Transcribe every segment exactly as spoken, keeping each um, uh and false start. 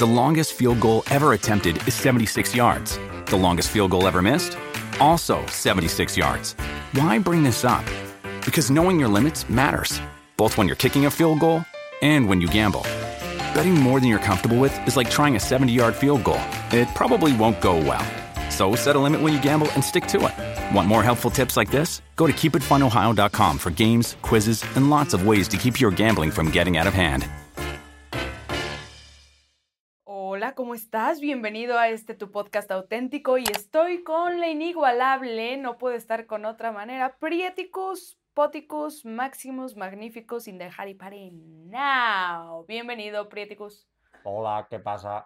The longest field goal ever attempted is seventy-six yards. The longest field goal ever missed? Also seventy-six yards. Why bring this up? Because knowing your limits matters, both when you're kicking a field goal and when you gamble. Betting more than you're comfortable with is like trying a seventy-yard field goal. It probably won't go well. So set a limit when you gamble and stick to it. Want more helpful tips like this? Go to keep it fun ohio dot com for games, quizzes, and lots of ways to keep your gambling from getting out of hand. Hola, ¿cómo estás? Bienvenido a este tu podcast auténtico y estoy con la inigualable, no puedo estar con otra manera, Prieticus, Poticus, Maximus, Magnificus, in the Harry Party now. Bienvenido, Prieticus. Hola, ¿qué pasa?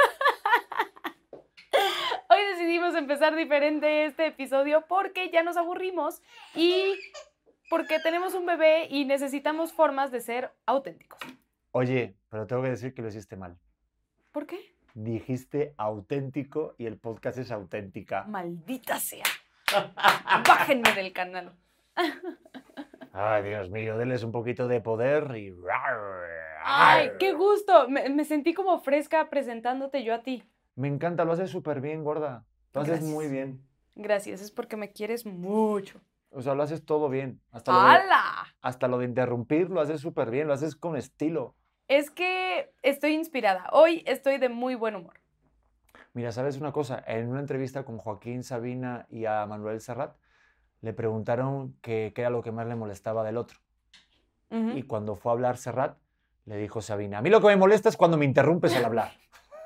Hoy decidimos empezar diferente este episodio porque ya nos aburrimos y porque tenemos un bebé y necesitamos formas de ser auténticos. Oye, pero tengo que decir que lo hiciste mal. ¿Por qué? Dijiste auténtico y el podcast es auténtica. Maldita sea. Bájenme del canal. Ay, Dios mío, denles un poquito de poder y... ¡Ay, qué gusto! Me, me sentí como fresca presentándote yo a ti. Me encanta, lo haces súper bien, gorda. Lo haces Gracias. muy bien. Gracias, es porque me quieres mucho. O sea, lo haces todo bien. Hasta lo de, ¡Hala! hasta lo de interrumpir lo haces súper bien, lo haces con estilo. Es que estoy inspirada. Hoy estoy de muy buen humor. Mira, ¿sabes una cosa? En una entrevista con Joaquín Sabina y a Manuel Serrat, le preguntaron qué era lo que más le molestaba del otro. Uh-huh. Y cuando fue a hablar Serrat, le dijo Sabina, a mí lo que me molesta es cuando me interrumpes al hablar.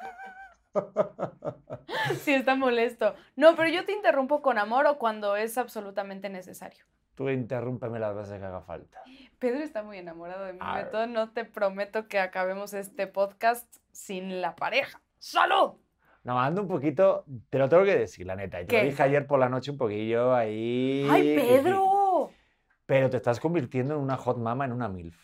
Sí, está molesto. No, pero yo te interrumpo con amor o cuando es absolutamente necesario. Tú interrúmpeme las veces que haga falta. Pedro está muy enamorado de mí, Arr. Beto. No te prometo que acabemos este podcast sin la pareja. ¡Salud! No, ando un poquito, te lo tengo que decir, la neta. Y te ¿Qué? lo dije ayer por la noche un poquillo ahí. ¡Ay, Pedro! Pero te estás convirtiendo en una hot mama, en una milf.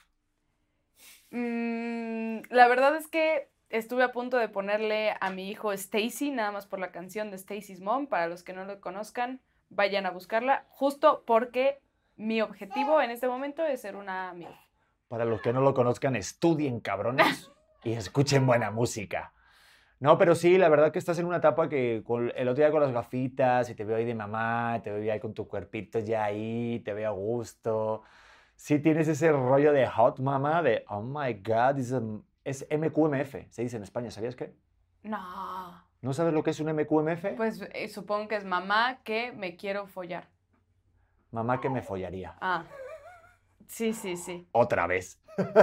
Mm, la verdad es que estuve a punto de ponerle a mi hijo Stacy, nada más por la canción de Stacy's Mom. Para los que no lo conozcan, vayan a buscarla, justo porque mi objetivo en este momento es ser una milf. Para los que no lo conozcan, estudien, cabrones, y escuchen buena música. No, pero sí, la verdad que estás en una etapa que con, el otro día con las gafitas, y te veo ahí de mamá, te veo ahí con tu cuerpito ya ahí, te veo a gusto. Sí tienes ese rollo de hot mama, de oh my God, is a, es M Q M F, se dice en España, ¿sabías qué? No. ¿No sabes lo que es un M Q M F? Pues eh, supongo que es mamá que me quiero follar. Mamá que me follaría. Ah, sí, sí, sí. Otra vez.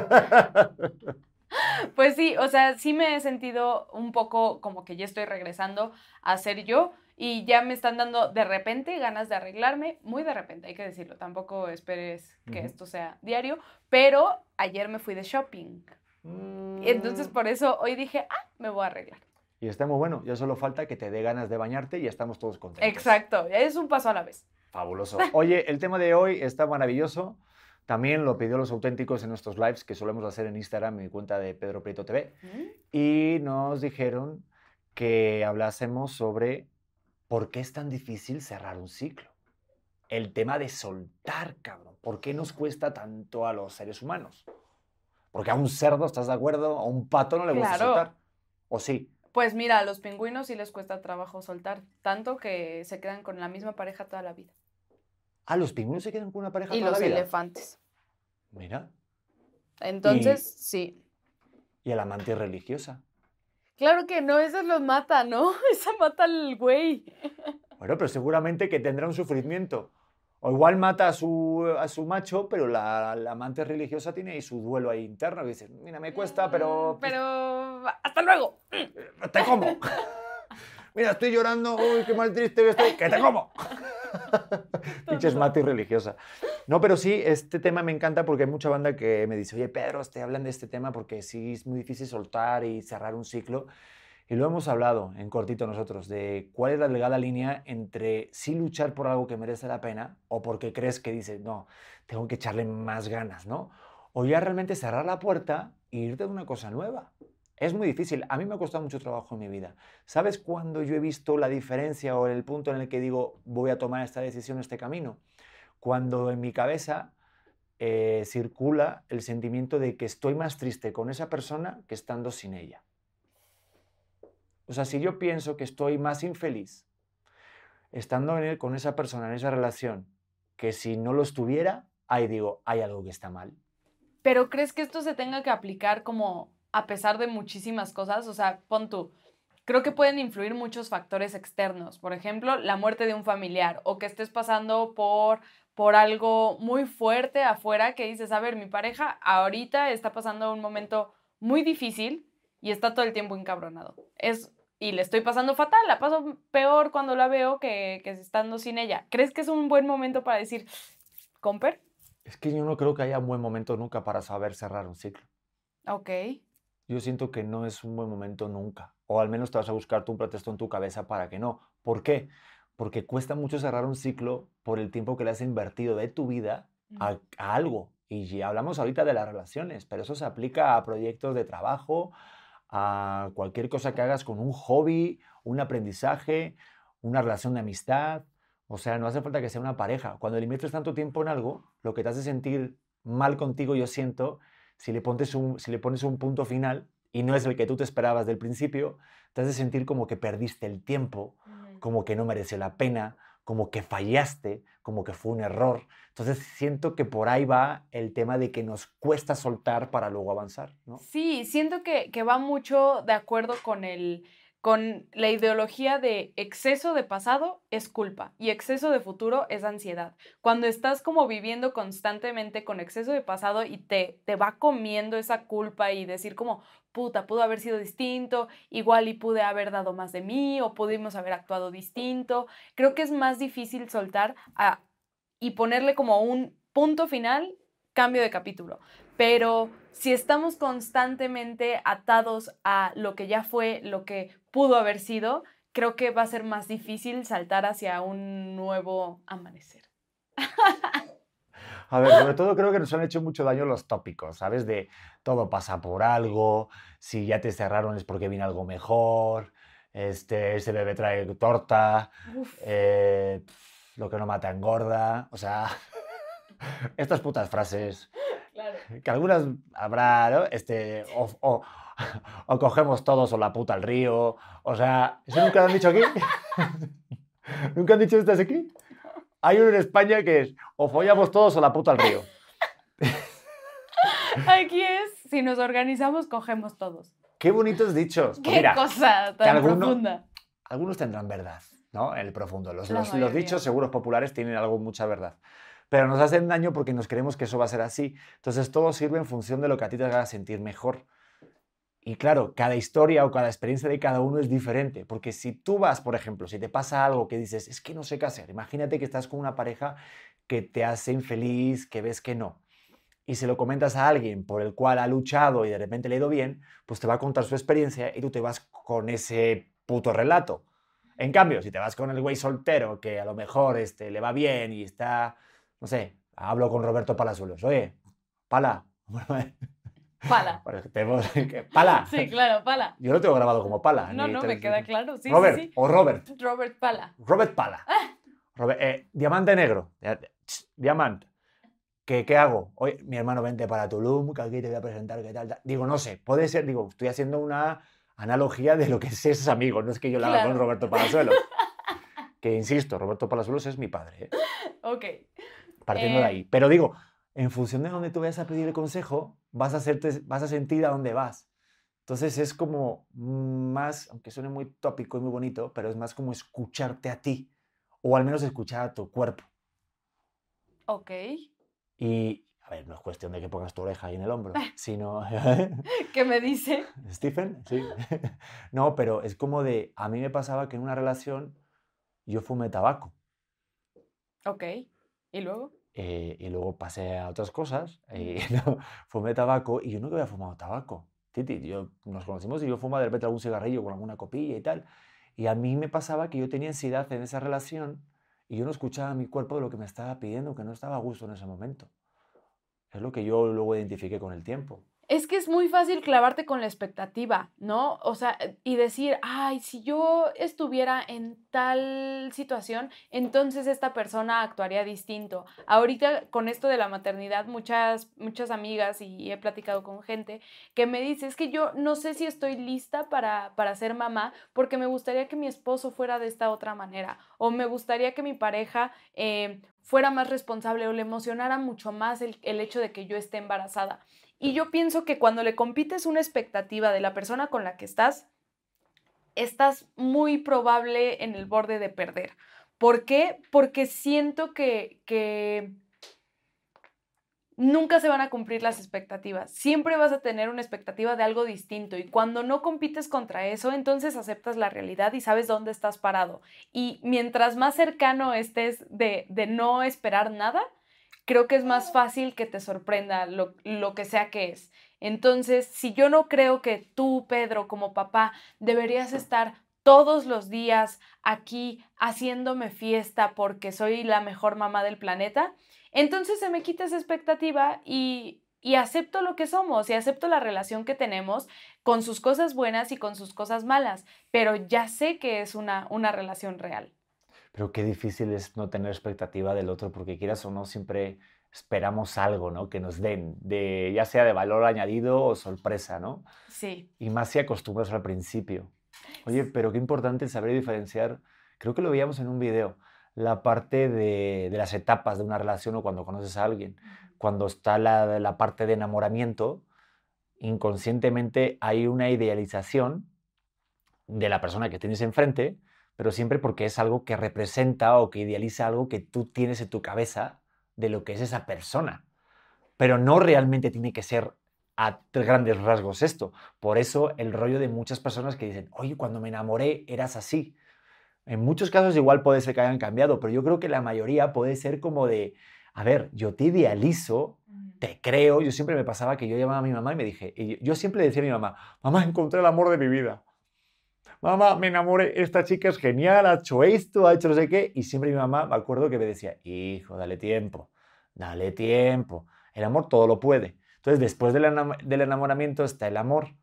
Pues sí, o sea, sí me he sentido un poco como que ya estoy regresando a ser yo y ya me están dando de repente ganas de arreglarme, muy de repente, hay que decirlo, tampoco esperes que Uh-huh. esto sea diario, pero ayer me fui de shopping. Mm. Y entonces por eso hoy dije, ah, me voy a arreglar. Y está muy bueno, ya solo falta que te dé ganas de bañarte y ya estamos todos contentos. Exacto, es un paso a la vez. Fabuloso. Oye, el tema de hoy está maravilloso. También lo pidió los auténticos en nuestros lives que solemos hacer en Instagram, en mi cuenta de Pedro Prieto T V. ¿Mm? Y nos dijeron que hablásemos sobre por qué es tan difícil cerrar un ciclo. El tema de soltar, cabrón. ¿Por qué nos cuesta tanto a los seres humanos? Porque a un cerdo, ¿estás de acuerdo? A un pato no le gusta Claro. soltar. ¿O sí? Pues mira, a los pingüinos sí les cuesta trabajo soltar, tanto que se quedan con la misma pareja toda la vida. Ah, los pingüinos se quedan con una pareja Y toda los la vida. elefantes. Mira. Entonces, Y- sí. Y el amante religiosa. Claro que no, esa los mata, ¿no? Esa mata al güey. Bueno, pero seguramente que tendrá un sufrimiento. O igual mata a su, a su macho, pero la, la amante religiosa tiene ahí su duelo ahí interno. Que dice, mira, me cuesta, pero... Mm, Pero... ¡Hasta luego! pues, ¡te como! Mira, estoy llorando. Uy, qué mal triste que estoy. ¡Que te como! Pinches mati religiosa. No, pero sí, este tema me encanta porque hay mucha banda que me dice, oye, Pedro, te hablan de este tema porque sí es muy difícil soltar y cerrar un ciclo. Y lo hemos hablado en cortito nosotros, de cuál es la delgada línea entre sí luchar por algo que merece la pena o porque crees que dices, no, tengo que echarle más ganas, ¿no? O ya realmente cerrar la puerta e irte de una cosa nueva. Es muy difícil. A mí me ha costado mucho trabajo en mi vida. ¿Sabes cuándo yo he visto la diferencia o el punto en el que digo, voy a tomar esta decisión, este camino? Cuando en mi cabeza eh, circula el sentimiento de que estoy más triste con esa persona que estando sin ella. O sea, si yo pienso que estoy más infeliz estando en el- con esa persona, en esa relación, que si no lo estuviera, ahí digo, hay algo que está mal. Pero ¿crees que esto se tenga que aplicar como a pesar de muchísimas cosas? O sea, pon tú, creo que pueden influir muchos factores externos. Por ejemplo, la muerte de un familiar o que estés pasando por, por algo muy fuerte afuera que dices, a ver, mi pareja ahorita está pasando un momento muy difícil y está todo el tiempo encabronado. Es, y le estoy pasando fatal, la paso peor cuando la veo que, que estando sin ella. ¿Crees que es un buen momento para decir, Comper? Es que yo no creo que haya un buen momento nunca para saber cerrar un ciclo. Ok. Yo siento que no es un buen momento nunca. O al menos te vas a buscar tú un pretexto en tu cabeza para que no. ¿Por qué? Porque cuesta mucho cerrar un ciclo por el tiempo que le has invertido de tu vida a, a algo. Y ya hablamos ahorita de las relaciones, pero eso se aplica a proyectos de trabajo, a cualquier cosa que hagas con un hobby, un aprendizaje, una relación de amistad. O sea, no hace falta que sea una pareja. Cuando le inviertes tanto tiempo en algo, lo que te hace sentir mal contigo, yo siento, si le pones un, si le pones un punto final y no es el que tú te esperabas del principio, te hace sentir como que perdiste el tiempo, Ujú. como que no mereció la pena, como que fallaste, como que fue un error. Entonces siento que por ahí va el tema de que nos cuesta soltar para luego avanzar, ¿no? Sí, siento que, que va mucho de acuerdo con el, con la ideología de exceso de pasado es culpa y exceso de futuro es ansiedad. Cuando estás como viviendo constantemente con exceso de pasado y te, te va comiendo esa culpa y decir como, puta, pudo haber sido distinto, igual y pude haber dado más de mí o pudimos haber actuado distinto, creo que es más difícil soltar a, y ponerle como un punto final, cambio de capítulo. Pero si estamos constantemente atados a lo que ya fue, lo que pudo haber sido, creo que va a ser más difícil saltar hacia un nuevo amanecer. A ver, sobre todo creo que nos han hecho mucho daño los tópicos, ¿sabes? De todo pasa por algo, si ya te cerraron es porque viene algo mejor, este, ese bebé trae torta, Uf, eh, pf, lo que no mata engorda, o sea, estas putas frases, claro. que algunas habrá, ¿no? Este, o, o- o cogemos todos o la puta al río, o sea, ¿eso nunca lo han dicho aquí? ¿Nunca han dicho estas aquí? Hay uno en España que es, o follamos todos o la puta al río. Aquí es, si nos organizamos, cogemos todos. Qué bonitos dichos. Pues Qué mira, cosa que tan alguno- profunda. algunos tendrán verdad, ¿no? En el profundo. Los, La los- los mayoría. dichos seguros populares tienen algo, mucha verdad. Pero nos hacen daño porque nos creemos que eso va a ser así. Entonces todo sirve en función de lo que a ti te haga sentir mejor. Y claro, cada historia o cada experiencia de cada uno es diferente. Porque si tú vas, por ejemplo, si te pasa algo que dices, es que no sé qué hacer. Imagínate que estás con una pareja que te hace infeliz, que ves que no. Y se lo comentas a alguien por el cual ha luchado y de repente le ha ido bien, pues te va a contar su experiencia y tú te vas con ese puto relato. En cambio, si te vas con el güey soltero que a lo mejor este, le va bien y está, no sé, hablo con Roberto Palazuelos, oye, Pala, Pala. tenemos que- Pala, Sí, claro, Pala. yo lo tengo grabado como Pala. No, ni no, te- me queda claro. Sí, Robert, sí, sí. o Robert, Robert Pala. Robert Pala. Robert- eh, diamante negro, diamante. ¿Qué, ¿Qué hago? Oye, mi hermano, vente para Tulum, que aquí te voy a presentar, ¿qué tal, tal? Digo, no sé, puede ser, digo, estoy haciendo una analogía de lo que es esos amigos, no es que yo la haga Claro. con Roberto Palazuelos. Que insisto, Roberto Palazuelos es mi padre, ¿eh? Ok. Partiendo Eh, de ahí. Pero digo, en función de dónde tú vayas a pedir el consejo, vas a, hacerte, vas a sentir a dónde vas. Entonces es como más, aunque suene muy tópico y muy bonito, pero es más como escucharte a ti, o al menos escuchar a tu cuerpo. ok. Y, a ver, no es cuestión de que pongas tu oreja ahí en el hombro, sino... ¿Qué me dice? ¿Stephen? Sí. No, pero es como de... A mí me pasaba que en una relación yo fumé tabaco. Ok. ¿Y luego? eh, y luego pasé a otras cosas. Y, no, fumé tabaco y yo nunca había fumado tabaco. Titi, yo, nos conocimos y yo fumaba de repente algún cigarrillo con alguna copilla y tal. Y a mí me pasaba que yo tenía ansiedad en esa relación y yo no escuchaba a mi cuerpo de lo que me estaba pidiendo, que no estaba a gusto en ese momento. Es lo que yo luego identifiqué con el tiempo. Es que es muy fácil clavarte con la expectativa, ¿no? O sea, y decir, ay, si yo estuviera en tal situación, entonces esta persona actuaría distinto. Ahorita con esto de la maternidad, muchas, muchas amigas y he platicado con gente que me dice, es que yo no sé si estoy lista para, para ser mamá porque me gustaría que mi esposo fuera de esta otra manera o me gustaría que mi pareja eh, fuera más responsable o le emocionara mucho más el, el hecho de que yo esté embarazada. Y yo pienso que cuando le compites una expectativa de la persona con la que estás, estás muy probable en el borde de perder. ¿Por qué? Porque siento que, que nunca se van a cumplir las expectativas. Siempre vas a tener una expectativa de algo distinto y cuando no compites contra eso, entonces aceptas la realidad y sabes dónde estás parado. Y mientras más cercano estés de, de no esperar nada, creo que es más fácil que te sorprenda lo, lo que sea que es. Entonces, si yo no creo que tú, Pedro, como papá, deberías estar todos los días aquí haciéndome fiesta porque soy la mejor mamá del planeta, entonces se me quita esa expectativa y, y acepto lo que somos y acepto la relación que tenemos con sus cosas buenas y con sus cosas malas, pero ya sé que es una, una relación real. Pero qué difícil es no tener expectativa del otro, porque quieras o no, siempre esperamos algo, ¿no? Que nos den, de, ya sea de valor añadido o sorpresa, ¿no? Sí. Y más si acostumbras al principio. Oye, pero qué importante saber diferenciar, creo que lo veíamos en un video, la parte de, de las etapas de una relación o cuando conoces a alguien. Cuando está la, la parte de enamoramiento, inconscientemente hay una idealización de la persona que tienes enfrente, pero siempre porque es algo que representa o que idealiza algo que tú tienes en tu cabeza de lo que es esa persona. Pero no realmente tiene que ser a grandes rasgos esto. Por eso el rollo de muchas personas que dicen, oye, cuando me enamoré eras así. En muchos casos igual puede ser que hayan cambiado, pero yo creo que la mayoría puede ser como de, a ver, yo te idealizo, te creo. Yo siempre me pasaba que yo llamaba a mi mamá y me dije, y yo siempre le decía a mi mamá, mamá, encontré el amor de mi vida. Mamá, me enamoré, esta chica es genial, ha hecho esto, ha hecho no sé qué. Y siempre mi mamá, me acuerdo que me decía, hijo, dale tiempo, dale tiempo. El amor todo lo puede. Entonces, después del, enam del enamoramiento está el amor.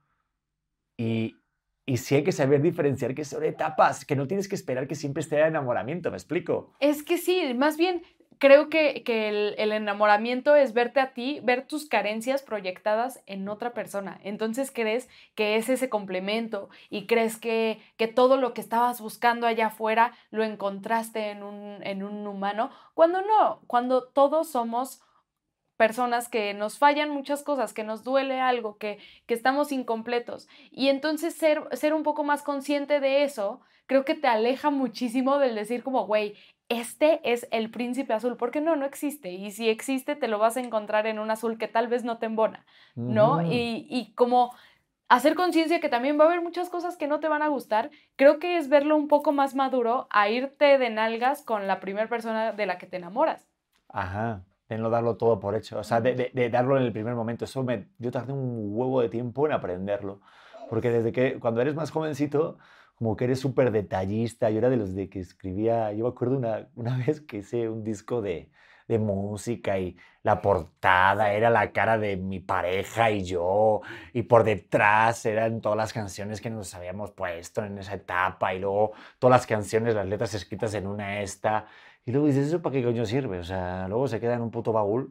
Y, y sí hay que saber diferenciar que son etapas, que no tienes que esperar que siempre esté el enamoramiento, ¿me explico? Es que sí, más bien creo que, que el, el enamoramiento es verte a ti, ver tus carencias proyectadas en otra persona. Entonces crees que es ese complemento y crees que, que todo lo que estabas buscando allá afuera lo encontraste en un, en un humano, cuando no, cuando todos somos personas que nos fallan muchas cosas, que nos duele algo, que, que estamos incompletos. Y entonces ser, ser un poco más consciente de eso, creo que te aleja muchísimo del decir como, güey, este es el príncipe azul, porque no, no existe. Y si existe, te lo vas a encontrar en un azul que tal vez no te embona, ¿no? Uh-huh. Y, y como hacer conciencia que también va a haber muchas cosas que no te van a gustar, creo que es verlo un poco más maduro a irte de nalgas con la primera persona de la que te enamoras. Ajá. De no darlo todo por hecho, o sea, de, de, de darlo en el primer momento. Eso me, yo tardé un huevo de tiempo en aprenderlo, porque desde que cuando eres más jovencito, como que eres súper detallista. Yo era de los de que escribía, yo me acuerdo una, una vez que hice un disco de, de música y la portada era la cara de mi pareja y yo, y por detrás eran todas las canciones que nos habíamos puesto en esa etapa, y luego todas las canciones, las letras escritas en una esta. Y luego dices, ¿eso para qué coño sirve? O sea, luego se queda en un puto baúl.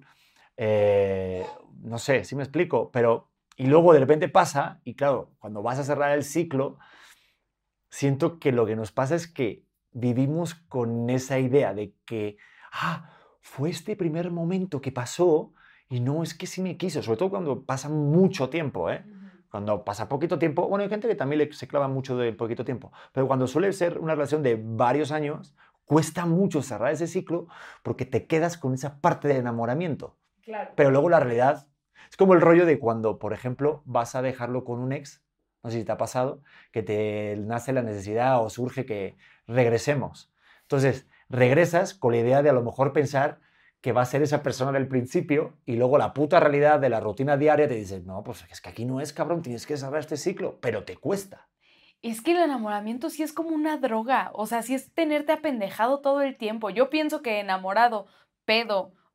Eh, no sé, si me explico, pero... Y luego de repente pasa, y claro, cuando vas a cerrar el ciclo, siento que lo que nos pasa es que vivimos con esa idea de que, ah, fue este primer momento que pasó y no es que sí me quiso, sobre todo cuando pasa mucho tiempo, ¿eh? Cuando pasa poquito tiempo, bueno, hay gente que también le, se clava mucho de poquito tiempo, pero cuando suele ser una relación de varios años, cuesta mucho cerrar ese ciclo porque te quedas con esa parte de enamoramiento. Claro. Pero luego la realidad es como el rollo de cuando, por ejemplo, vas a dejarlo con un ex, no sé si te ha pasado, que te nace la necesidad o surge que regresemos. Entonces, regresas con la idea de a lo mejor pensar que va a ser esa persona del principio y luego la puta realidad de la rutina diaria te dice, no, pues es que aquí no es, cabrón, tienes que cerrar este ciclo, pero te cuesta. Es que el enamoramiento sí es como una droga, o sea, sí es tenerte apendejado todo el tiempo. Yo pienso que enamorado, pedo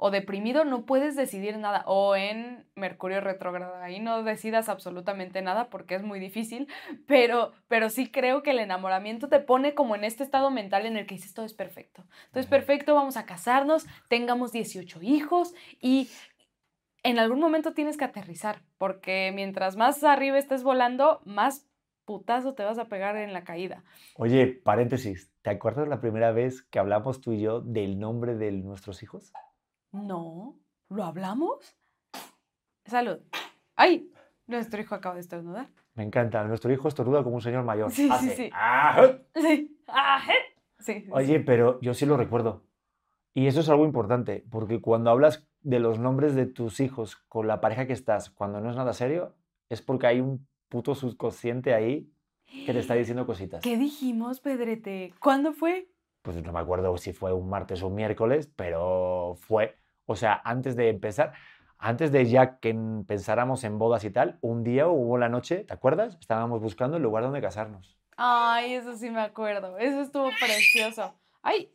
o deprimido, no puedes decidir nada. O en Mercurio retrógrado, ahí no decidas absolutamente nada porque es muy difícil, pero, pero sí creo que el enamoramiento te pone como en este estado mental en el que dices todo es perfecto. Todo es perfecto, vamos a casarnos, tengamos dieciocho hijos y en algún momento tienes que aterrizar porque mientras más arriba estés volando, más putazo te vas a pegar en la caída. Oye, paréntesis, ¿te acuerdas la primera vez que hablamos tú y yo del nombre de nuestros hijos? No, ¿lo hablamos? Salud. ¡Ay! Nuestro hijo acaba de estornudar. Me encanta, nuestro hijo estornuda como un señor mayor. Sí, Hace, sí, sí. ¡ah! Sí. ¡Ajé! Sí, sí, Oye, sí. pero yo sí lo recuerdo. Y eso es algo importante, porque cuando hablas de los nombres de tus hijos con la pareja que estás, cuando no es nada serio, es porque hay un puto subconsciente ahí que te está diciendo cositas. ¿Qué dijimos, Pedrete? ¿Cuándo fue? Pues no me acuerdo si fue un martes o un miércoles, pero fue, o sea, antes de empezar, antes de ya que pensáramos en bodas y tal, un día hubo la noche, ¿te acuerdas? Estábamos buscando el lugar donde casarnos. Ay, eso sí me acuerdo. Eso estuvo precioso. ¡Ay!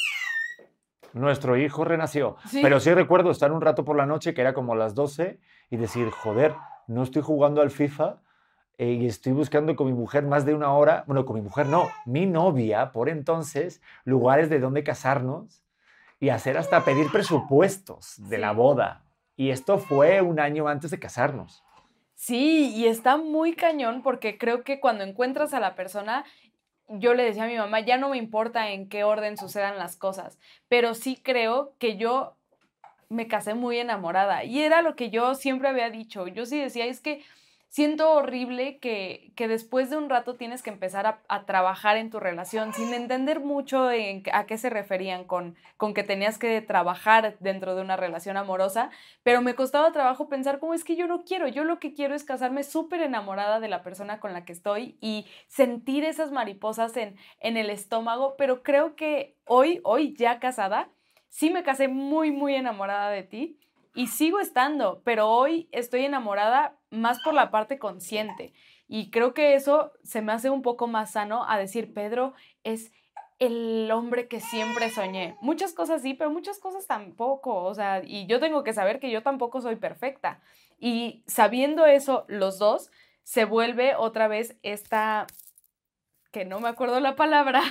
Nuestro hijo renació. Sí. Pero sí recuerdo estar un rato por la noche, que era como las doce, y decir, joder, no estoy jugando al FIFA eh, y estoy buscando con mi mujer más de una hora, bueno, con mi mujer no, mi novia, por entonces, lugares de donde casarnos y hacer hasta pedir presupuestos de Sí. la boda. Y esto fue un año antes de casarnos. Sí, y está muy cañón porque creo que cuando encuentras a la persona, yo le decía a mi mamá, ya no me importa en qué orden sucedan las cosas, pero sí creo que yo me casé muy enamorada y era lo que yo siempre había dicho. Yo sí decía, es que siento horrible que, que después de un rato tienes que empezar a, a trabajar en tu relación sin entender mucho en, a qué se referían con, con que tenías que trabajar dentro de una relación amorosa, pero me costaba trabajo pensar cómo es que yo no quiero, yo lo que quiero es casarme súper enamorada de la persona con la que estoy y sentir esas mariposas en, en el estómago, pero creo que hoy, hoy ya casada, sí me casé muy, muy enamorada de ti y sigo estando, pero hoy estoy enamorada más por la parte consciente y creo que eso se me hace un poco más sano a decir, Pedro es el hombre que siempre soñé. Muchas cosas sí, pero muchas cosas tampoco, o sea, y yo tengo que saber que yo tampoco soy perfecta. Y sabiendo eso los dos, se vuelve otra vez esta, que no me acuerdo la palabra,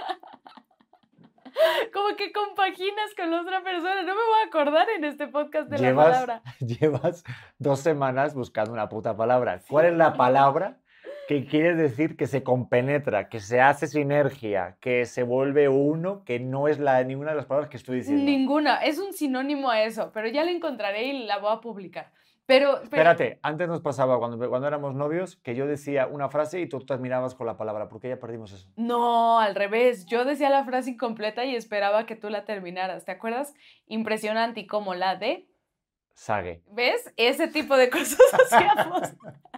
como que compaginas con la otra persona. No me voy a acordar en este podcast de llevas, la palabra. Llevas dos semanas buscando una puta palabra. ¿Cuál es la palabra que quiere decir que se compenetra, que se hace sinergia, que se vuelve uno, que no es la, ninguna de las palabras que estoy diciendo? Ninguna. Es un sinónimo a eso, pero ya la encontraré y la voy a publicar. Pero, pero... Espérate, antes nos pasaba cuando, cuando éramos novios que yo decía una frase y tú terminabas con la palabra. ¿Por qué ya perdimos eso? No, al revés. Yo decía la frase incompleta y esperaba que tú la terminaras. ¿Te acuerdas? Impresionante y como la de... Sague. ¿Ves? Ese tipo de cosas hacíamos.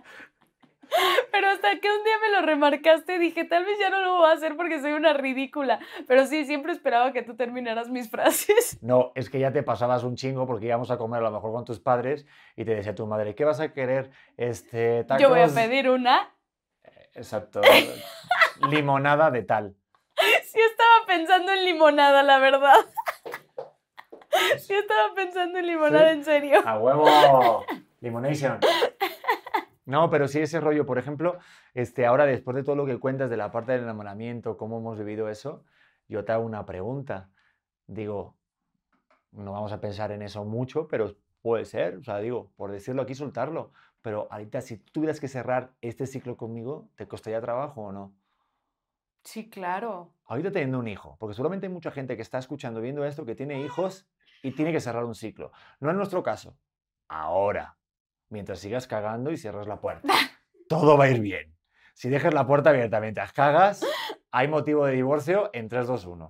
Pero hasta que un día me lo remarcaste, dije, tal vez ya no lo voy a hacer porque soy una ridícula. Pero sí, siempre esperaba que tú terminaras mis frases. No, es que ya te pasabas un chingo porque íbamos a comer a lo mejor con tus padres y te decía tu madre, ¿qué vas a querer? Este, tacos... Yo voy a pedir una... Exacto. Limonada de tal. Sí estaba pensando en limonada, la verdad. Sí estaba pensando en limonada, ¿Sí? en serio. ¡A huevo! Limonation. No, pero sí ese rollo, por ejemplo, este, ahora después de todo lo que cuentas de la parte del enamoramiento, cómo hemos vivido eso, yo te hago una pregunta. Digo, no vamos a pensar en eso mucho, pero puede ser, o sea, digo, por decirlo aquí, soltarlo. Pero ahorita, si tú tuvieras que cerrar este ciclo conmigo, ¿te costaría trabajo o no? Sí, claro. Ahorita teniendo un hijo, porque seguramente hay mucha gente que está escuchando, viendo esto, que tiene hijos y tiene que cerrar un ciclo. No es nuestro caso. Ahora, mientras sigas cagando y cierras la puerta, todo va a ir bien. Si dejas la puerta abierta mientras cagas, hay motivo de divorcio en tres, dos, uno.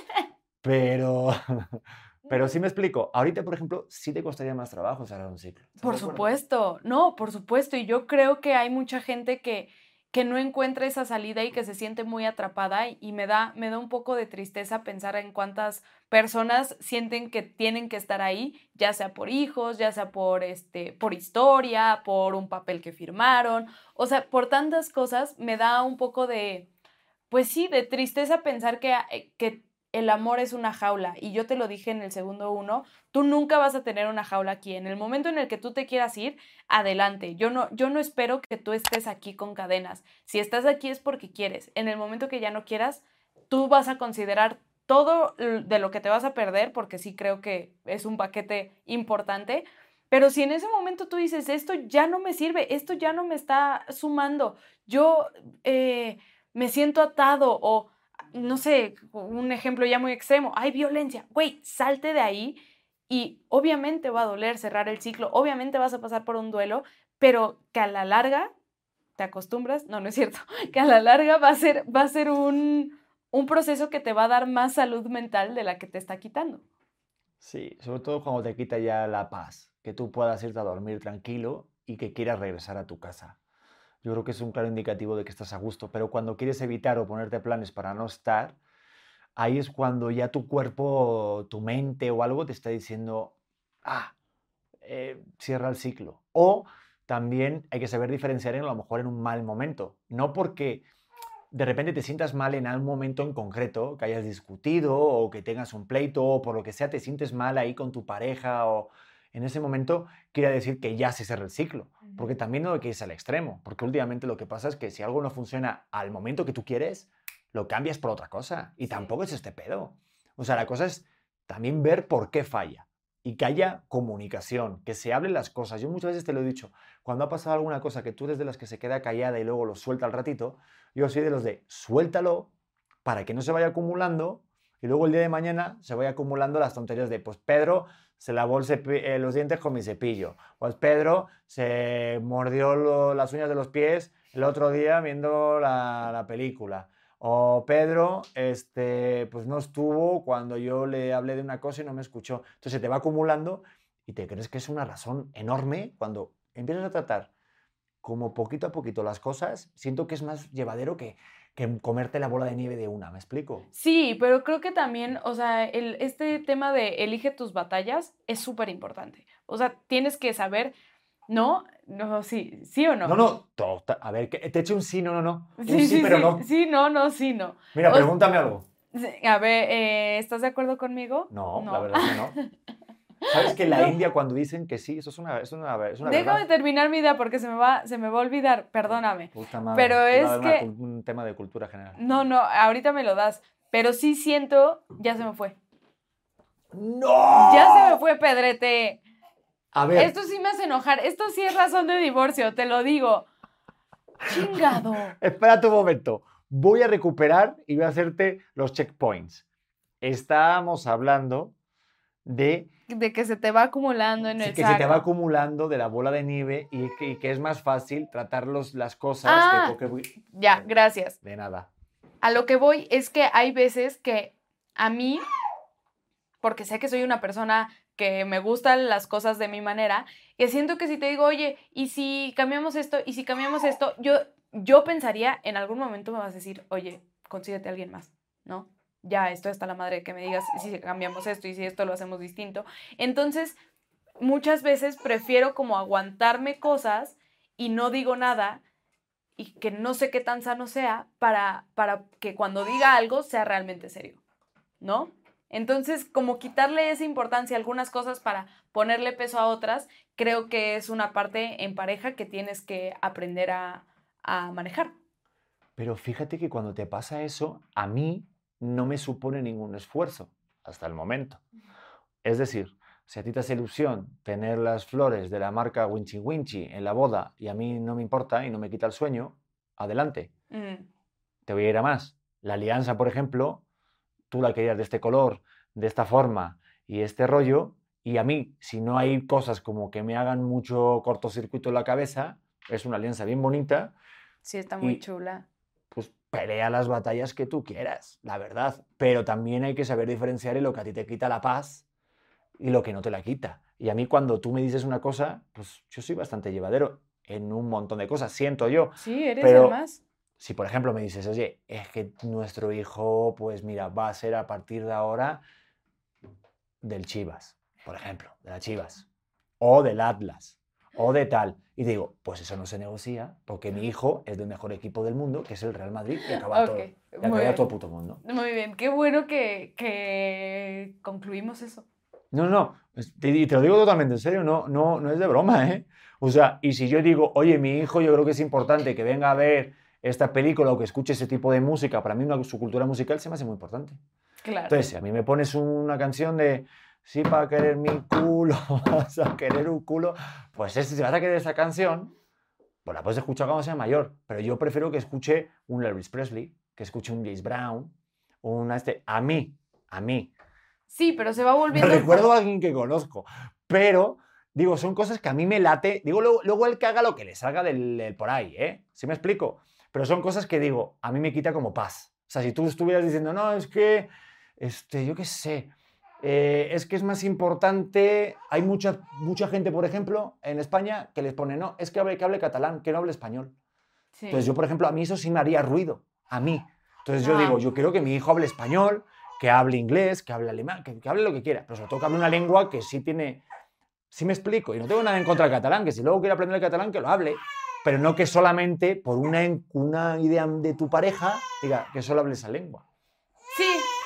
Pero, pero sí me explico. Ahorita, por ejemplo, sí te costaría más trabajo cerrar un ciclo. Por supuesto. No, por supuesto. Y yo creo que hay mucha gente que, que no encuentra esa salida y que se siente muy atrapada y me da, me da un poco de tristeza pensar en cuántas personas sienten que tienen que estar ahí, ya sea por hijos, ya sea por, este, por historia, por un papel que firmaron, o sea, por tantas cosas me da un poco de, pues sí, de tristeza pensar que, que el amor es una jaula, y yo te lo dije en el segundo uno, tú nunca vas a tener una jaula aquí. En el momento en el que tú te quieras ir, adelante. Yo no, yo no espero que tú estés aquí con cadenas. Si estás aquí es porque quieres. En el momento que ya no quieras, tú vas a considerar todo de lo que te vas a perder, porque sí creo que es un paquete importante. Pero si en ese momento tú dices, esto ya no me sirve, esto ya no me está sumando, yo eh, me siento atado o... no sé, un ejemplo ya muy extremo, hay violencia, güey, salte de ahí y obviamente va a doler cerrar el ciclo, obviamente vas a pasar por un duelo, pero que a la larga te acostumbras, no, no es cierto, que a la larga va a ser, va a ser un, un proceso que te va a dar más salud mental de la que te está quitando. Sí, sobre todo cuando te quita ya la paz, que tú puedas irte a dormir tranquilo y que quieras regresar a tu casa. Yo creo que es un claro indicativo de que estás a gusto, pero cuando quieres evitar o ponerte planes para no estar, ahí es cuando ya tu cuerpo, tu mente o algo te está diciendo, ah, eh, cierra el ciclo. O también hay que saber diferenciar en a lo mejor en un mal momento. No porque de repente te sientas mal en algún momento en concreto, que hayas discutido o que tengas un pleito o por lo que sea te sientes mal ahí con tu pareja o en ese momento quiere decir que ya se cierra el ciclo. Porque también no hay que irse al extremo, porque últimamente lo que pasa es que si algo no funciona al momento que tú quieres, lo cambias por otra cosa y sí. Tampoco es este pedo. O sea, la cosa es también ver por qué falla y que haya comunicación, que se hablen las cosas. Yo muchas veces te lo he dicho, cuando ha pasado alguna cosa que tú eres de las que se queda callada y luego lo suelta al ratito, yo soy de los de suéltalo para que no se vaya acumulando y luego el día de mañana se vaya acumulando las tonterías de, pues Pedro se lavó el eh, los dientes con mi cepillo, pues Pedro se mordió lo, las uñas de los pies el otro día viendo la, la película, o Pedro este, pues no estuvo cuando yo le hablé de una cosa y no me escuchó. Entonces se te va acumulando y te crees que es una razón enorme cuando empiezas a tratar como poquito a poquito las cosas, siento que es más llevadero que, que comerte la bola de nieve de una, ¿me explico? Sí, pero creo que también, o sea, el, este tema de elige tus batallas es súper importante. O sea, tienes que saber, ¿no? No, sí, sí o no. No, no, to, to, a ver, te he hecho un sí, no, no, no. Un sí, sí, sí, pero sí, no. Sí, no, no, sí, no. Mira, o, pregúntame algo. A ver, eh, ¿estás de acuerdo conmigo? No, no. La verdad es que no. ¿Sabes que en la no. India cuando dicen que sí, eso es una, es una, es una Déjame verdad? terminar mi idea porque se me va, se me va a olvidar, perdóname. Puta madre. Pero es una, que... Una, un tema de cultura general. No, no, ahorita me lo das. Pero sí siento... Ya se me fue. ¡No! Ya se me fue, Pedrete. A ver. Esto sí me hace enojar. Esto sí es razón de divorcio, te lo digo. Chingado. Espérate un momento. Voy a recuperar y voy a hacerte los checkpoints. Estábamos hablando de... De que se te va acumulando en sí, el que saco. se te va acumulando de la bola de nieve y que, y que es más fácil tratar los, las cosas ah, de porque... Ya, gracias. De nada. A lo que voy es que hay veces que a mí, porque sé que soy una persona que me gustan las cosas de mi manera, que siento que si te digo, oye, ¿y si cambiamos esto? ¿Y si cambiamos esto? Yo, yo pensaría, en algún momento me vas a decir, oye, consíguete a alguien más, ¿no? Ya, esto está la madre que me digas si cambiamos esto y si esto lo hacemos distinto. Entonces, muchas veces prefiero como aguantarme cosas y no digo nada y que no sé qué tan sano sea para, para que cuando diga algo sea realmente serio, ¿no? Entonces, como quitarle esa importancia a algunas cosas para ponerle peso a otras, creo que es una parte en pareja que tienes que aprender a, a manejar. Pero fíjate que cuando te pasa eso, a mí no me supone ningún esfuerzo hasta el momento. Es decir, si a ti te hace ilusión tener las flores de la marca Winchy Winchy en la boda y a mí no me importa y no me quita el sueño, adelante. Mm. Te voy a ir a más. La alianza, por ejemplo, tú la querías de este color, de esta forma y este rollo, y a mí, si no hay cosas como que me hagan mucho cortocircuito en la cabeza, es una alianza bien bonita. Sí, está muy y, chula. Pues pelea las batallas que tú quieras, la verdad. Pero también hay que saber diferenciar en lo que a ti te quita la paz y lo que no te la quita. Y a mí cuando tú me dices una cosa, pues yo soy bastante llevadero en un montón de cosas, siento yo. Sí, eres pero el más. Si por ejemplo me dices, oye, es que nuestro hijo, pues mira, va a ser a partir de ahora del Chivas, por ejemplo, de la Chivas, o del Atlas, o de tal. Y digo, pues eso no se negocia, porque mi hijo es del mejor equipo del mundo, que es el Real Madrid, y acaba okay. todo. Y a Muy callar a bien. todo el puto mundo. Muy bien, qué bueno que, que concluimos eso. No, no, es- te, y te lo digo totalmente en serio, no, no, no es de broma, ¿eh? O sea, y si yo digo, oye, mi hijo yo creo que es importante que venga a ver esta película o que escuche ese tipo de música, para mí una, su cultura musical se me hace muy importante. Claro. Entonces, si a mí me pones una canción de sí, para querer mi culo, vas a querer un culo, pues ese, si vas a querer esa canción, pues la puedes escuchar cuando sea mayor. Pero yo prefiero que escuche un Elvis Presley, que escuche un James Brown, una este, a mí, a mí. Sí, pero se va Me volviendo... recuerdo a alguien que conozco, pero digo, son cosas que a mí me late. Digo, luego, luego él que haga lo que le salga del, del por ahí, ¿eh? ¿Sí me explico? Pero son cosas que digo, a mí me quita como paz. O sea, si tú estuvieras diciendo, no, es que, este, yo qué sé, eh, es que es más importante, hay mucha, mucha gente, por ejemplo, en España que les pone, no, es que hable, que hable catalán, que no hable español. Sí. Entonces yo, por ejemplo, a mí eso sí me haría ruido, a mí. Entonces yo Ah. digo, yo quiero que mi hijo hable español, que hable inglés, que hable alemán, que, que hable lo que quiera, pero sobre todo que hable una lengua que sí tiene... Sí me explico, y no tengo nada en contra del catalán, que si luego quiere aprender el catalán, que lo hable, pero no que solamente por una, una idea de tu pareja diga que solo hable esa lengua. Sí.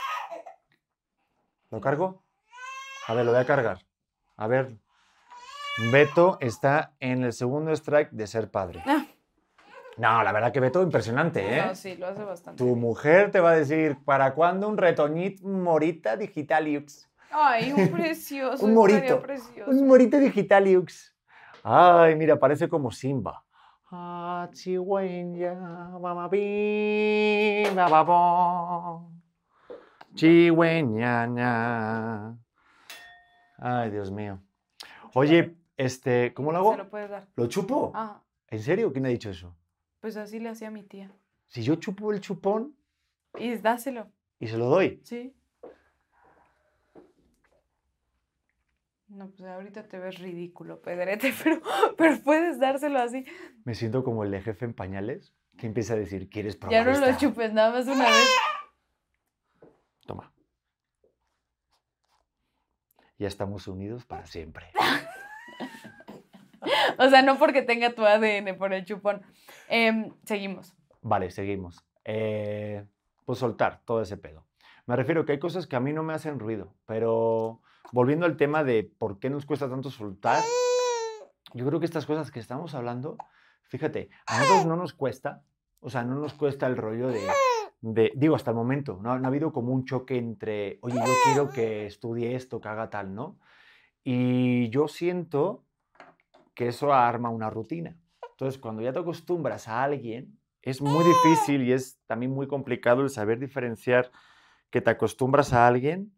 ¿Lo cargo? A ver, lo voy a cargar. A ver, Beto está en el segundo strike de ser padre. Ah. No, la verdad que Beto, impresionante, ¿eh? No, sí, lo hace bastante. Tu mujer te va a decir, ¿para cuándo un retoñit morita digitaliux? Ay, un precioso. Un morito. estaría precioso. Un morito digitaliux. Ay, mira, parece como Simba. Ah, chihuahua, mamabí, bababó. Chihuahua. Ay, Dios mío. Oye, este, ¿cómo lo hago? Se lo puedes dar. ¿Lo chupo? Ah, ¿En serio? ¿Quién ha dicho eso? pues así le hacía mi tía. Si yo chupo el chupón Y dáselo. y se lo doy. Sí. No, pues ahorita te ves ridículo, Pedrete, pero, pero puedes dárselo así. Me siento como el de Jefe en Pañales, que empieza a decir, ¿quieres probar Ya no esta? lo chupes nada más una vez. Toma. Ya estamos unidos para siempre. O sea, no porque tenga tu A D N por el chupón. Em, seguimos. Vale, seguimos. Eh, pues soltar todo ese pedo. Me refiero que hay cosas que a mí no me hacen ruido, pero volviendo al tema de por qué nos cuesta tanto soltar, yo creo que estas cosas que estamos hablando, fíjate, a nosotros no nos cuesta, o sea, no nos cuesta el rollo de, de digo, hasta el momento, no, no ha habido como un choque entre, oye, yo quiero que estudie esto, que haga tal, ¿no? Y yo siento que eso arma una rutina. Entonces, cuando ya te acostumbras a alguien, es muy difícil y es también muy complicado el saber diferenciar que te acostumbras a alguien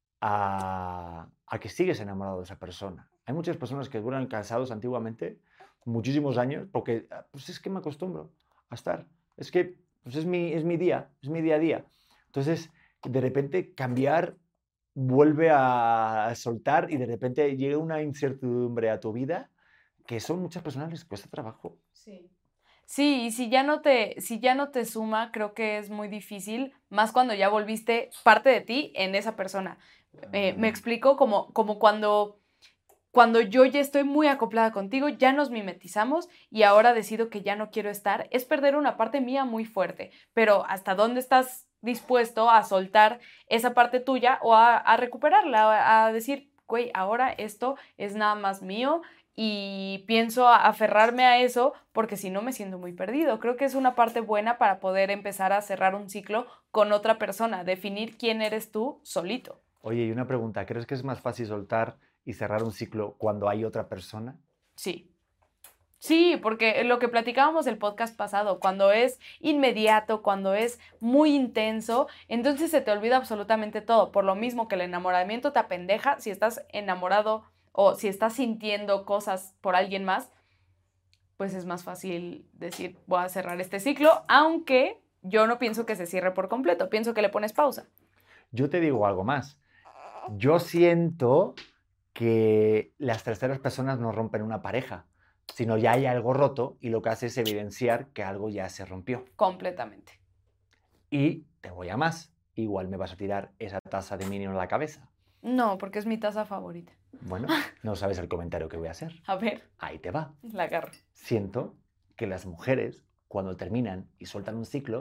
a, a que sigues enamorado de esa persona. Hay muchas personas que duran casados antiguamente muchísimos años porque, pues es que me acostumbro a estar. Es que pues es, mi, es mi día, es mi día a día. Entonces, de repente cambiar vuelve a soltar y de repente llega una incertidumbre a tu vida que eso a muchas personas les cuesta trabajo. Sí. Sí, y si ya no te, si ya no te suma, creo que es muy difícil, más cuando ya volviste parte de ti en esa persona. Eh, me explico, como, como cuando, cuando yo ya estoy muy acoplada contigo, ya nos mimetizamos y ahora decido que ya no quiero estar, es perder una parte mía muy fuerte. Pero ¿hasta dónde estás dispuesto a soltar esa parte tuya o a, a recuperarla, a, a decir, güey, ahora esto es nada más mío? Y pienso aferrarme a eso porque si no me siento muy perdido. Creo que es una parte buena para poder empezar a cerrar un ciclo con otra persona, definir quién eres tú solito. Oye, y una pregunta, ¿crees que es más fácil soltar y cerrar un ciclo cuando hay otra persona? Sí. Sí, porque lo que platicábamos el podcast pasado, cuando es inmediato, cuando es muy intenso, entonces se te olvida absolutamente todo. Por lo mismo que el enamoramiento te apendeja, si estás enamorado o si estás sintiendo cosas por alguien más, pues es más fácil decir, voy a cerrar este ciclo, aunque yo no pienso que se cierre por completo, pienso que le pones pausa. Yo te digo algo más. Yo siento que las terceras personas no rompen una pareja, sino ya hay algo roto y lo que hace es evidenciar que algo ya se rompió. Completamente. Y te voy a más, igual me vas a tirar esa taza de Minion a la cabeza. No, porque es mi taza favorita. Bueno, no sabes el comentario que voy a hacer. A ver, Ahí te va. la agarro. Siento que las mujeres, cuando terminan y sueltan un ciclo,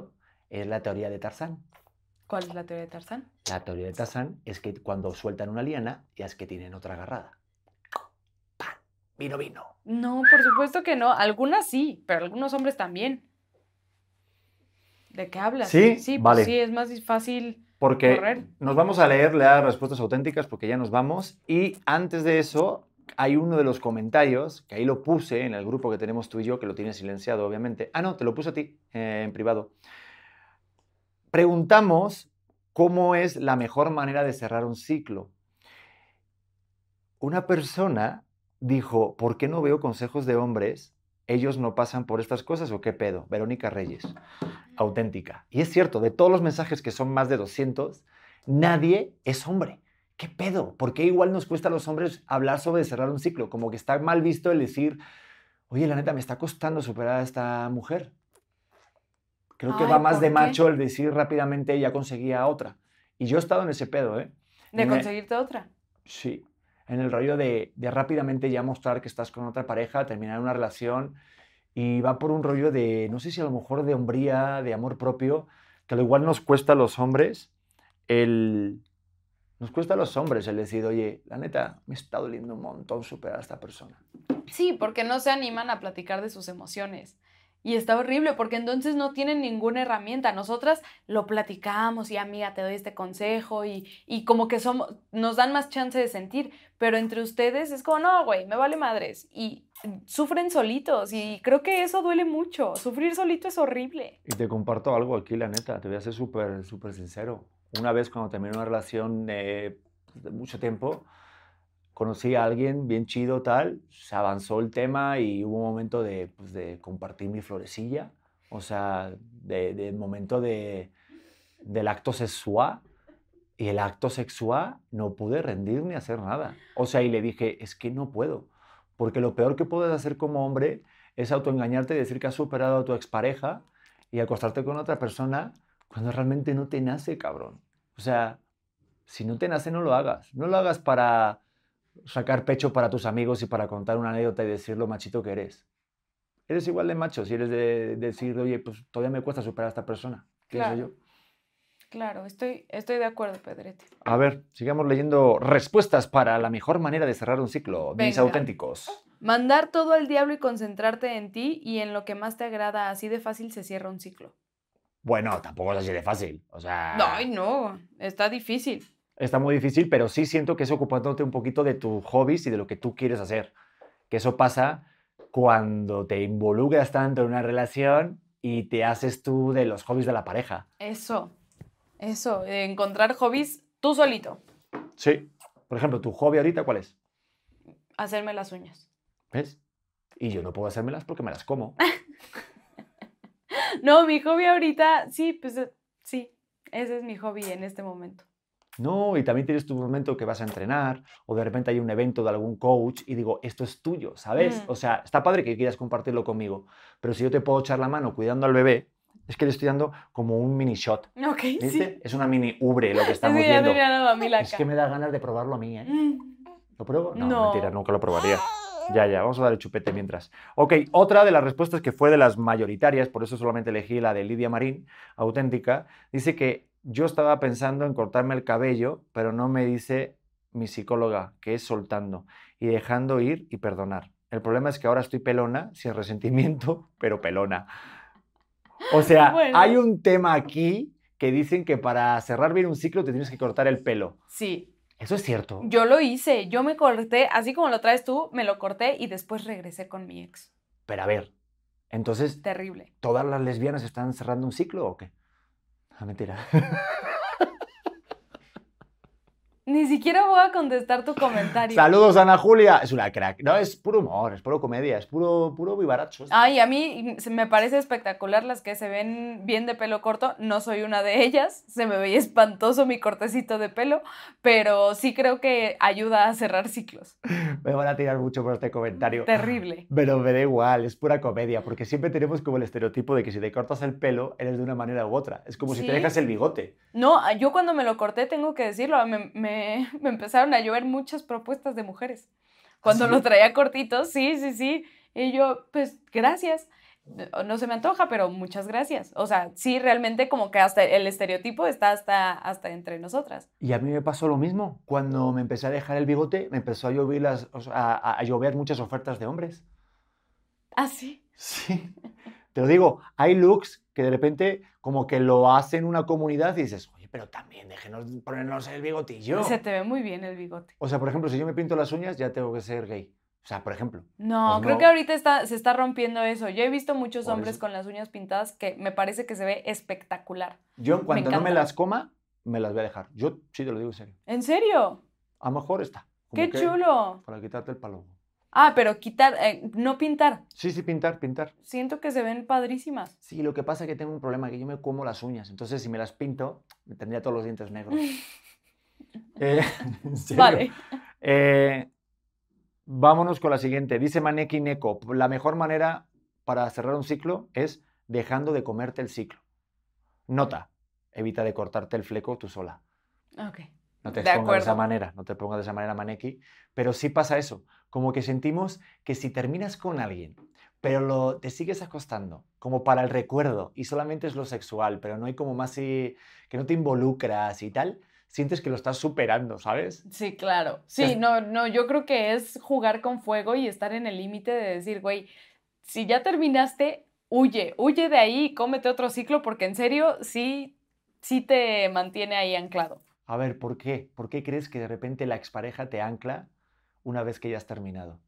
Es la teoría de Tarzán. ¿Cuál es la teoría de Tarzán? La teoría de Tarzán es que cuando sueltan una liana, ya es que tienen otra agarrada. ¡Pam! Vino, vino. No, por supuesto que no. Algunas sí, pero algunos hombres también. ¿De qué hablas? Sí, sí, vale. Pues sí, es más fácil Porque correr. nos vamos a leer las respuestas auténticas porque ya nos vamos. Y antes de eso, hay uno de los comentarios, que ahí lo puse en el grupo que tenemos tú y yo, que lo tienes silenciado, obviamente. Ah, no, te lo puse a ti, eh, en privado. Preguntamos cómo es la mejor manera de cerrar un ciclo. Una persona dijo, ¿por qué no veo consejos de hombres? ¿Ellos no pasan por estas cosas o qué pedo? Verónica Reyes, auténtica. Y es cierto, de todos los mensajes que son más de doscientos, nadie es hombre. ¿Qué pedo? ¿Por qué igual nos cuesta a los hombres hablar sobre cerrar un ciclo? Como que está mal visto el decir, oye, la neta, me está costando superar a esta mujer. Creo que Ay, va más ¿por de qué? macho el decir rápidamente ya conseguía otra. Y yo he estado en ese pedo, ¿eh? ¿De Me- conseguirte otra? Sí, en el rollo de, de rápidamente ya mostrar que estás con otra pareja, terminar una relación y va por un rollo de, no sé si a lo mejor de hombría, de amor propio, que al igual nos cuesta a los hombres el... Nos cuesta a los hombres el decir, oye, la neta, me está doliendo un montón superar a esta persona. Sí, porque no se animan a platicar de sus emociones. Y está horrible porque entonces no tienen ninguna herramienta. Nosotras lo platicamos y amiga, te doy este consejo y, y como que somos, nos dan más chance de sentir, pero entre ustedes es como, no, güey, me vale madres. Y sufren solitos y creo que eso duele mucho. Sufrir solito es horrible. Y te comparto algo aquí, la neta, te voy a ser súper, súper sincero. Una vez cuando terminé una relación eh, de mucho tiempo, conocí a alguien bien chido, tal, se avanzó el tema y hubo un momento de, pues, de compartir mi florecilla, o sea, de, de momento de, del acto sexual, y el acto sexual no pude rendir ni hacer nada. O sea, y le dije, es que no puedo, porque lo peor que puedes hacer como hombre es autoengañarte y decir que has superado a tu expareja y acostarte con otra persona cuando realmente no te nace, cabrón. O sea, si no te nace, no lo hagas. No lo hagas para sacar pecho para tus amigos y para contar una anécdota y decir lo machito que eres. Eres igual de macho si eres de, de decir, oye, pues todavía me cuesta superar a esta persona. Pienso Claro. yo. Claro, estoy, estoy de acuerdo, Pedrete. A ver, sigamos leyendo respuestas para la mejor manera de cerrar un ciclo. Mis Venga. auténticos. Mandar todo al diablo y concentrarte en ti y en lo que más te agrada, así de fácil se cierra un ciclo. Bueno, tampoco es así de fácil. O sea, Ay, no, está difícil. está muy difícil, pero sí siento que es ocupándote un poquito de tus hobbies y de lo que tú quieres hacer. Que eso pasa cuando te involucras tanto en una relación y te haces tú de los hobbies de la pareja. Eso, eso, de encontrar hobbies tú solito. Sí. Por ejemplo, ¿tu hobby ahorita cuál es? Hacerme las uñas. ¿Ves? Y yo no puedo hacérmelas porque me las como. No, mi hobby ahorita, sí, pues eh, sí, ese es mi hobby en este momento. No, y también tienes tu momento que vas a entrenar o de repente hay un evento de algún coach y digo, esto es tuyo, ¿sabes? Mm. O sea, está padre que quieras compartirlo conmigo, pero si yo te puedo echar la mano cuidando al bebé, es que le estoy dando como un mini shot. Ok, ¿Viste? sí. Es una mini ubre lo que Es estamos que ya viendo. tenía la mamila Es acá. que me da ganas de probarlo a mí, ¿eh? Mm. ¿Lo pruebo? No, No. mentira, nunca lo probaría. Ya, ya, vamos a dar el chupete mientras. Ok, otra de las respuestas que fue de las mayoritarias, por eso solamente elegí la de Lidia Marín, auténtica, dice que yo estaba pensando en cortarme el cabello, pero no me dice mi psicóloga, que es soltando y dejando ir y perdonar. El problema es que ahora estoy pelona, sin resentimiento, pero pelona. O sea, Bueno. hay un tema aquí que dicen que para cerrar bien un ciclo te tienes que cortar el pelo. Sí, ¿Eso es cierto? yo lo hice, yo me corté, así como lo traes tú, me lo corté y después regresé con mi ex. Pero a ver, entonces, Terrible. ¿todas las lesbianas están cerrando un ciclo o qué? Ah, mentira. Ni siquiera voy a contestar tu comentario. Saludos, Ana Julia. Es una crack. No, es puro humor, es puro comedia, es puro, puro vivaracho. Ay, a mí se me parece espectacular las que se ven bien de pelo corto. No soy una de ellas. Se me veía espantoso mi cortecito de pelo, pero sí creo que ayuda a cerrar ciclos. Me van a tirar mucho por este comentario. Terrible. Pero me da igual, es pura comedia, porque siempre tenemos como el estereotipo de que si te cortas el pelo, eres de una manera u otra. Es como si Sí. te dejas el bigote. No, yo cuando me lo corté, tengo que decirlo, me, me, me empezaron a llover muchas propuestas de mujeres. Cuando ¿Sí? lo traía cortito, sí, sí, sí. Y yo, pues, gracias. no se me antoja, pero muchas gracias. O sea, sí, realmente como que hasta el estereotipo está hasta, hasta entre nosotras. Y a mí me pasó lo mismo. Cuando me empecé a dejar el bigote, me empezó a llover, las, o sea, a, a llover muchas ofertas de hombres. ¿Ah, sí? Sí. Te lo digo, hay looks que de repente como que lo hacen una comunidad y dices, oye, pero también déjenos ponernos el bigotillo. Se te ve muy bien el bigote. O sea, por ejemplo, si yo me pinto las uñas, ya tengo que ser gay. O sea, por ejemplo. No, pues creo no. que ahorita está, se está rompiendo eso. Yo he visto muchos Por hombres eso. con las uñas pintadas que me parece que se ve espectacular. Yo en cuanto no me encanta. las coma, me las voy a dejar. Yo sí te lo digo en serio. ¿En serio? A lo mejor está. como ¡Qué que chulo! Para quitarte el palo. Ah, pero quitar, eh, no pintar. Sí, sí, pintar, pintar. Siento que se ven padrísimas. Sí, lo que pasa es que tengo un problema, que yo me como las uñas. Entonces, si me las pinto, me tendría todos los dientes negros. eh, ¿en serio? Vale. Eh, vámonos con la siguiente. Dice Maneki Neko, la mejor manera para cerrar un ciclo es dejando de comerte el ciclo. Nota, evita de cortarte el fleco tú sola. Ok. No te De pongas de esa acuerdo. manera, no te pongas de esa manera, Maneki. Pero sí pasa eso, como que sentimos que si terminas con alguien, pero lo, te sigues acostando, como para el recuerdo, y solamente es lo sexual, pero no hay como más, eh, que no te involucras y tal, sientes que lo estás superando, ¿sabes? Sí, claro. Sí, no, no, yo creo que es jugar con fuego y estar en el límite de decir, güey, si ya terminaste, huye, huye de ahí y cómete otro ciclo porque en serio sí, sí te mantiene ahí anclado. A ver, ¿por qué? ¿Por qué crees que de repente la expareja te ancla una vez que ya has terminado?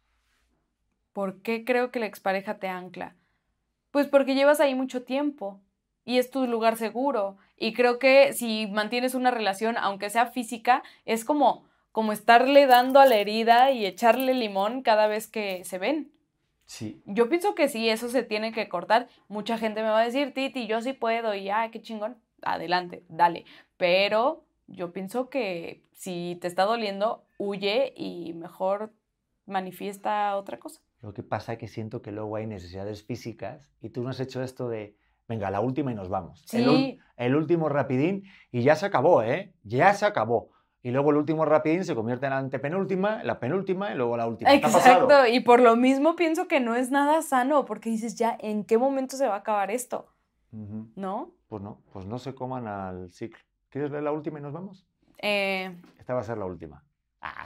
¿Por qué creo que la expareja te ancla? Pues porque llevas ahí mucho tiempo y es tu lugar seguro. Y creo que si mantienes una relación, aunque sea física, es como, como estarle dando a la herida y echarle limón cada vez que se ven. Sí. Yo pienso que sí, eso se tiene que cortar. Mucha gente me va a decir, Titi, yo sí puedo y ah, qué chingón. Adelante, dale. Pero yo pienso que si te está doliendo, huye y mejor manifiesta otra cosa. Lo que pasa es que siento que luego hay necesidades físicas y tú no has hecho esto de, venga, la última y nos vamos. Sí. El, ul- el último rapidín y ya se acabó, ¿eh? Ya se acabó. Y luego el último rapidín se convierte en la antepenúltima, la penúltima y luego la última. ¿Te ha pasado? Exacto, y por lo mismo pienso que no es nada sano, porque dices, ya, ¿en qué momento se va a acabar esto? Ujú. ¿No? Pues no, pues no se coman al ciclo. ¿Quieres leer la última y nos vamos? Eh, Esta va a ser la última. Ah.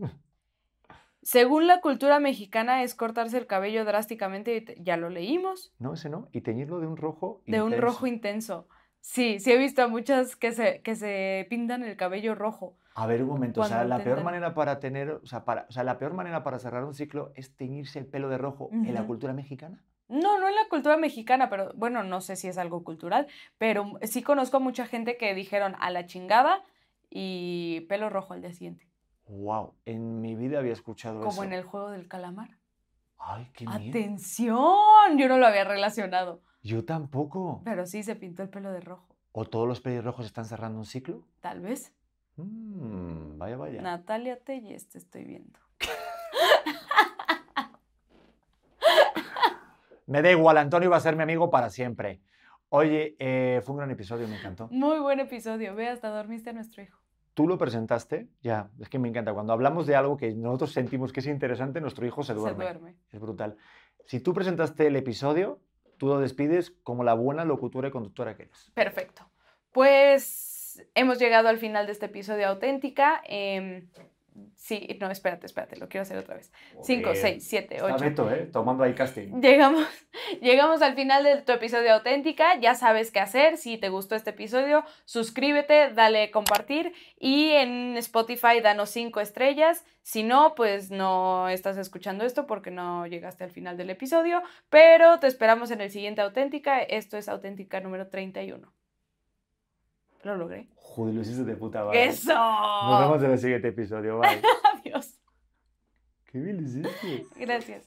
según la cultura mexicana es cortarse el cabello drásticamente, y te- ya lo leímos, No, ese no. Y teñirlo de un rojo de un intenso. rojo intenso. Sí, sí he visto a muchas que se, que se pintan el cabello rojo. A ver, un momento, o sea, Cuando la peor intentan- manera para tener, o sea, para, o sea, la peor manera para cerrar un ciclo es teñirse el pelo de rojo en la Ujú. cultura mexicana. No, no en la cultura mexicana, pero bueno, no sé si es algo cultural, pero sí conozco a mucha gente que dijeron a la chingada y pelo rojo al día siguiente, Wow, en mi vida había escuchado eso. como en el juego del calamar. Ay, qué miedo. ¡Atención! Yo no lo había relacionado, Yo tampoco. pero sí se pintó el pelo de rojo. ¿O todos los pelirrojos están cerrando un ciclo? Tal vez. Mm, vaya, vaya. Natalia Telles, te estoy viendo. Me da igual, Antonio va a ser mi amigo para siempre. Oye, eh, fue un gran episodio, me encantó. Muy buen episodio. Ve, hasta dormiste a nuestro hijo. Tú lo presentaste, ya, es que me encanta. Cuando hablamos de algo que nosotros sentimos que es interesante, nuestro hijo se duerme. Se duerme. Es brutal. Si tú presentaste el episodio, tú lo despides como la buena locutora y conductora que eres. Perfecto. Pues hemos llegado al final de este episodio auténtica. Eh, sí, no, espérate, espérate, lo quiero hacer otra vez. cinco, Joder, seis, siete, Está ocho. Beto, ¿eh? Tomando ahí casting. Llegamos, llegamos al final de tu episodio auténtica. Ya sabes qué hacer. Si te gustó este episodio, suscríbete, dale compartir y en Spotify danos cinco estrellas. Si no, pues no estás escuchando esto porque no llegaste al final del episodio. Pero te esperamos en el siguiente auténtica. Esto es auténtica número treinta y uno. Lo logré. Joder, lo hiciste de puta madre. ¡Eso! Nos vemos en el siguiente episodio, bye. Adiós. Qué bien lo hiciste. Gracias.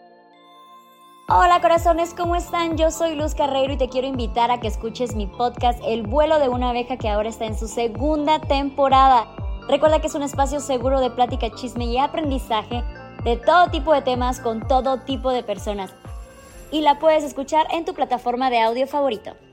Hola corazones, ¿cómo están? Yo soy Luz Carreiro y te quiero invitar a que escuches mi podcast El vuelo de una abeja, que ahora está en su segunda temporada. Recuerda que es un espacio seguro de plática, chisme y aprendizaje de todo tipo de temas con todo tipo de personas. Y la puedes escuchar en tu plataforma de audio favorito.